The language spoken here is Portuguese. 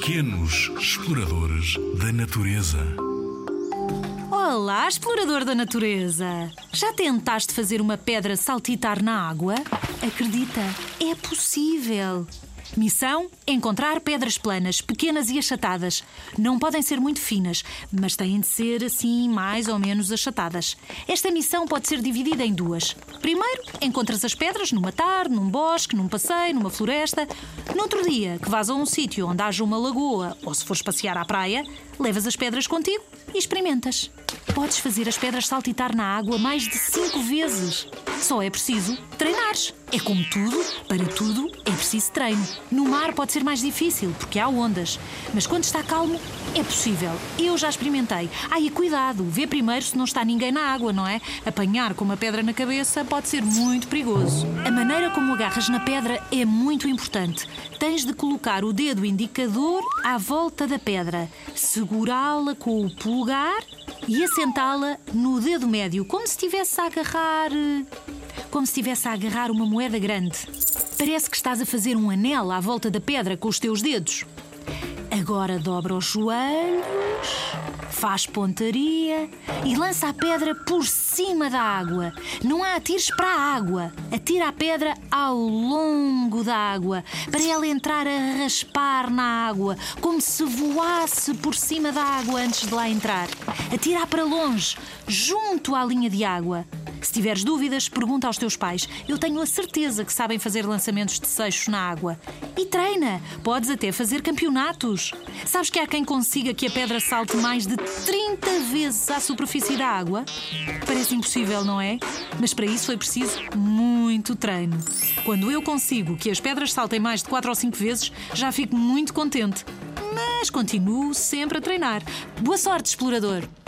Pequenos exploradores da natureza. Olá, explorador da natureza! Já tentaste fazer uma pedra saltitar na água? Acredita, é possível! Missão: encontrar pedras planas, pequenas e achatadas. Não podem ser muito finas, mas têm de ser assim mais ou menos achatadas. Esta missão pode ser dividida em duas. Primeiro, encontras as pedras numa tarde, num bosque, num passeio, numa floresta. No outro dia, que vás a um sítio onde haja uma lagoa ou se fores passear à praia, levas as pedras contigo e experimentas. Podes fazer as pedras saltitar na água mais de 5 vezes. Só é preciso treinares. É como tudo, para tudo é preciso treino. No mar pode ser mais difícil, porque há ondas. Mas quando está calmo, é possível. Eu já experimentei. E cuidado, vê primeiro se não está ninguém na água, não é? Apanhar com uma pedra na cabeça pode ser muito perigoso. A maneira como agarras na pedra é muito importante. Tens de colocar o dedo indicador à volta da pedra, segurá-la com o polegar e assentá-la no dedo médio, como se estivesse a agarrar uma moeda grande. Parece que estás a fazer um anel à volta da pedra com os teus dedos. Agora dobra os joelhos, faz pontaria e lança a pedra por cima da água. Não a atires para a água. Atira a pedra ao longo da água, para ela entrar a raspar na água, como se voasse por cima da água antes de lá entrar. Atira para longe, junto à linha de água. Se tiveres dúvidas, pergunta aos teus pais. Eu tenho a certeza que sabem fazer lançamentos de seixos na água. E treina! Podes até fazer campeonatos. Sabes que há quem consiga que a pedra salte mais de 30 vezes à superfície da água? Parece impossível, não é? Mas para isso foi preciso muito treino. Quando eu consigo que as pedras saltem mais de 4 ou 5 vezes, já fico muito contente. Mas continuo sempre a treinar. Boa sorte, explorador!